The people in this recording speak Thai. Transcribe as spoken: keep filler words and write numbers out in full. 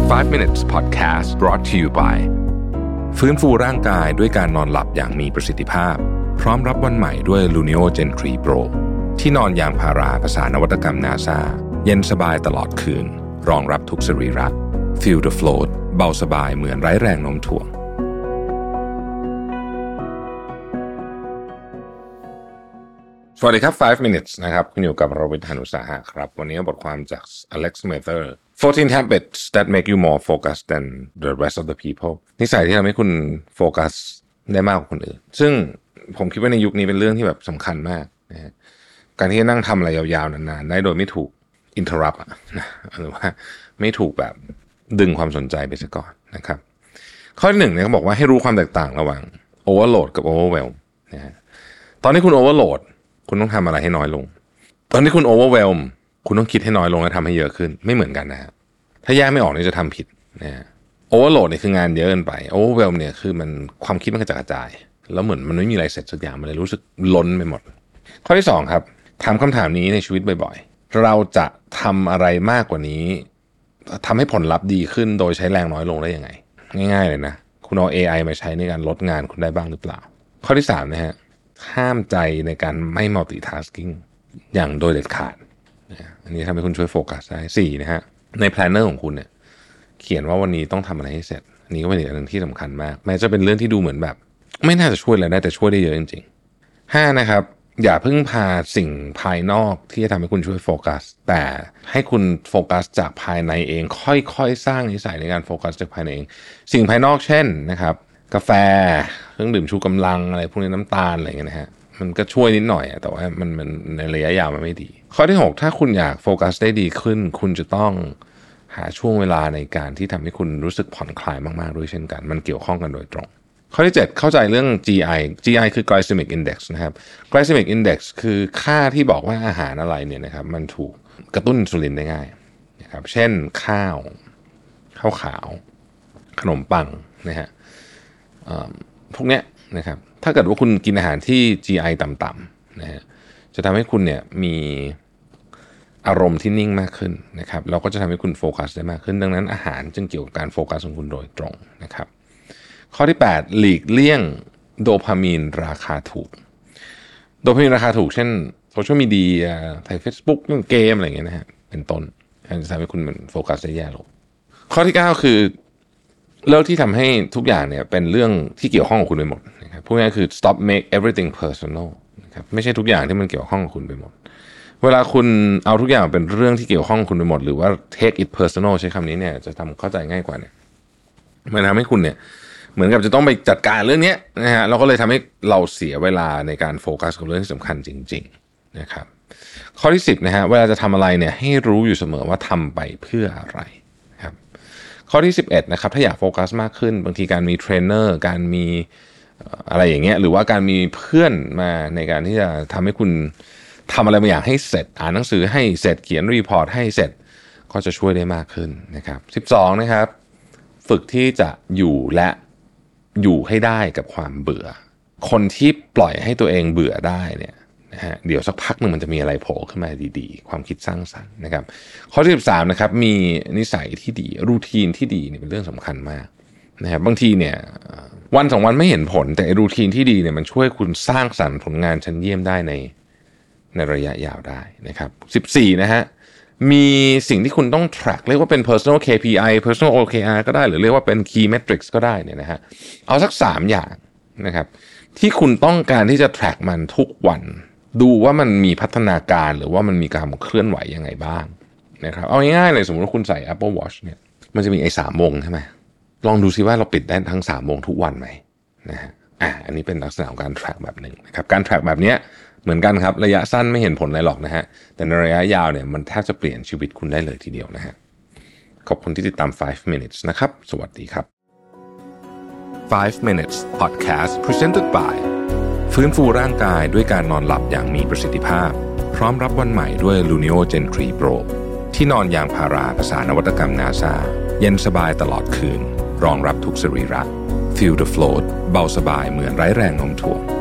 five minutes podcast brought to you by ฟื้นฟูร่างกายด้วยการนอนหลับอย่างมีประสิทธิภาพพร้อมรับวันใหม่ด้วย Luno Gen ทรี Pro ที่นอนยางพาราภาษานวัตกรรม NASA เย็นสบายตลอดคืนรองรับทุกสรีระ Feel the float เบาสบายเหมือนไร้แรงโน้มถ่วงสวัสดีครับfive minutes นะครับคุณอยู่กับรวิทย์ หาญอุตสาหะครับวันนี้บทความจาก Alex Mather fourteen habits that make you more focused than the rest of the people นิสัยที่ทำให้คุณโฟกัสได้มากกว่าคนอื่นซึ่งผมคิดว่าในยุคนี้เป็นเรื่องที่แบบสำคัญมากนะฮะการที่จะนั่งทำอะไรยาวๆนานๆได้โดยไม่ถูก interrupt นะหรือว่าไม่ถูกแบบดึงความสนใจไปซะก่อนนะครับข้อที่หนึ่งเนี่ยเขาบอกว่าให้รู้ความแตกต่างระหว่าง overload กับ overwhelm นะฮะตอนนี้คุณ overloadคุณต้องทำอะไรให้น้อยลงตอนที่คุณ overwhelm คุณต้องคิดให้น้อยลงและทำให้เยอะขึ้นไม่เหมือนกันนะฮะถ้าแยกไม่ออกนี่จะทำผิดนะฮะ overload เนี่ยคืองานเยอะเกินไป overwhelm เนี่ยคือมันความคิดมันกระจายกระจายแล้วเหมือนมันไม่มีอะไรเสร็จสักอย่างมันเลยรู้สึกล้นไปหมดข้อที่สองครับถามคำถามนี้ในชีวิตบ่อยๆเราจะทำอะไรมากกว่านี้ทำให้ผลลัพธ์ดีขึ้นโดยใช้แรงน้อยลงได้ยังไงง่ายๆเลยนะคุณเอา เอ ไอ มาใช้ในการลดงานคุณได้บ้างหรือเปล่าข้อที่สามนะฮะห้ามใจในการไม่ multitasking อย่างโดยเด็ดขาดนะอันนี้ทำให้คุณช่วยโฟกัสได้สี่นะฮะใน planner ของคุณเนี่ยเขียนว่าวันนี้ต้องทำอะไรให้เสร็จอันนี้ก็เป็นอีกอันนึงที่สำคัญมากแม้จะเป็นเรื่องที่ดูเหมือนแบบไม่น่าจะช่วยอะไรได้แต่ช่วยได้เยอะจริงๆห้านะครับอย่าพึ่งพาสิ่งภายนอกที่จะทำให้คุณช่วยโฟกัสแต่ให้คุณโฟกัสจากภายในเองค่อยๆสร้างนิสัยในการโฟกัสจากภายในเองสิ่งภายนอกเช่นนะครับกาแฟเครื่องดื่มชูกำลังอะไรพวกนี้น้ำตาลอะไรอย่างเงี้ยนะฮะมันก็ช่วยนิดหน่อยแต่ว่ามันมันในระยะยาวมันไม่ดีข้อที่หกถ้าคุณอยากโฟกัสได้ดีขึ้นคุณจะต้องหาช่วงเวลาในการที่ทำให้คุณรู้สึกผ่อนคลายมากๆด้วยเช่นกันมันเกี่ยวข้องกันโดยตรงข้อที่เจ็ดเข้าใจเรื่อง จี ไอ จี ไอ คือ glycemic index นะครับ glycemic index คือค่าที่บอกว่าอาหารอะไรเนี่ยนะครับมันถูกกระตุ้นอินซูลินได้ง่ายนะครับเช่นข้าวข้าวขาวขนมปังนะฮะพวกเนี้ยนะครับถ้าเกิดว่าคุณกินอาหารที่ จี ไอ ต่ำๆนะฮะจะทำให้คุณเนี่ยมีอารมณ์ที่นิ่งมากขึ้นนะครับเราก็จะทำให้คุณโฟกัสได้มากขึ้นดังนั้นอาหารจึงเกี่ยวกับการโฟกัสของคุณโดยตรงนะครับข้อที่แปดหลีกเลี่ยงโดพามีนราคาถูกโดพามีนราคาถูกเช่นโซเชียลมีเดียไทย Facebook เรื่องเกมอะไรอย่างเงี้ยนะฮะเป็นต้นจะทำให้คุณมันโฟกัสได้แย่ลงข้อที่เก้าคือเลิกที่ทำให้ทุกอย่างเนี่ยเป็นเรื่องที่เกี่ยวข้องกับคุณไปหมดนะครับพูดง่ายๆคือ stop make everything personal นะครับไม่ใช่ทุกอย่างที่มันเกี่ยวข้องกับคุณไปหมดเวลาคุณเอาทุกอย่างเป็นเรื่องที่เกี่ยวข้องกับคุณไปหมดหรือว่า take it personal ใช้คำนี้เนี่ยจะทำเข้าใจง่ายกว่าเนี่ยมันทำให้คุณเนี่ยเหมือนกับจะต้องไปจัดการเรื่องนี้นะฮะเราก็เลยทำให้เราเสียเวลาในการโฟกัสกับเรื่องที่สำคัญจริงๆนะครับข้อที่สิบนะฮะเวลาจะทำอะไรเนี่ยให้รู้อยู่เสมอว่าทำไปเพื่ออะไรครับข้อที่สิบเอ็ดนะครับถ้าอยากโฟกัสมากขึ้นบางทีการมีเทรนเนอร์การมีอะไรอย่างเงี้ยหรือว่าการมีเพื่อนมาในการที่จะทำให้คุณทำอะไรบางอย่างให้เสร็จอ่านหนังสือให้เสร็จเขียนรีพอร์ตให้เสร็จก็จะช่วยได้มากขึ้นนะครับสิบสองนะครับฝึกที่จะอยู่และอยู่ให้ได้กับความเบื่อคนที่ปล่อยให้ตัวเองเบื่อได้เนี่ยนะฮะเดี๋ยวสักพักหนึ่งมันจะมีอะไรโผล่ขึ้นมาดีๆความคิดสร้างสรรค์นะครับข้อที่สิบสามนะครับมีนิสัยที่ดีรูทีนที่ดีเนี่ยเป็นเรื่องสำคัญมากนะครับบางทีเนี่ยวันสองวันไม่เห็นผลแต่รูทีนที่ดีเนี่ยมันช่วยคุณสร้างสรรค์ผลงานชั้นเยี่ยมได้ในในระยะยาวได้นะครับสิบสี่นะฮะมีสิ่งที่คุณต้อง track เรียกว่าเป็น personal เค พี ไอ personal โอ เค อาร์ ก็ได้หรือเรียกว่าเป็น key metrics ก็ได้เนี่ยนะฮะเอาสักสามอย่างนะครับที่คุณต้องการที่จะ track มันทุกวันดูว่ามันมีพัฒนาการหรือว่ามันมีการเคลื่อนไหวยังไงบ้างนะครับเอาง่ายๆเลยสมมติว่าคุณใส่ Apple Watch เนี่ยมันจะมีไอ้สามวงใช่ไหมลองดูซิว่าเราปิดได้ทั้งสามวงทุกวันไหมนะฮะอ่ะอันนี้เป็นลักษณะของการ track แบบหนึ่งนะครับการ track แบบนี้เหมือนกันครับระยะสั้นไม่เห็นผลอะไรหรอกนะฮะแต่ในระยะยาวเนี่ยมันแทบจะเปลี่ยนชีวิตคุณได้เลยทีเดียวนะฮะขอบคุณที่ติดตามfive minutes นะครับสวัสดีครับfive minutes podcast presented by ฟื้นฟูร่างกายด้วยการนอนหลับอย่างมีประสิทธิภาพพร้อมรับวันใหม่ด้วย Luno Gen ทรี Pro ที่นอนยางพาราภาษานวัตกรรม NASA เย็นสบายตลอดคืนรองรับทุกสรีระ Feel the float เบาสบายเหมือนไร้แรงโน้มถ่วง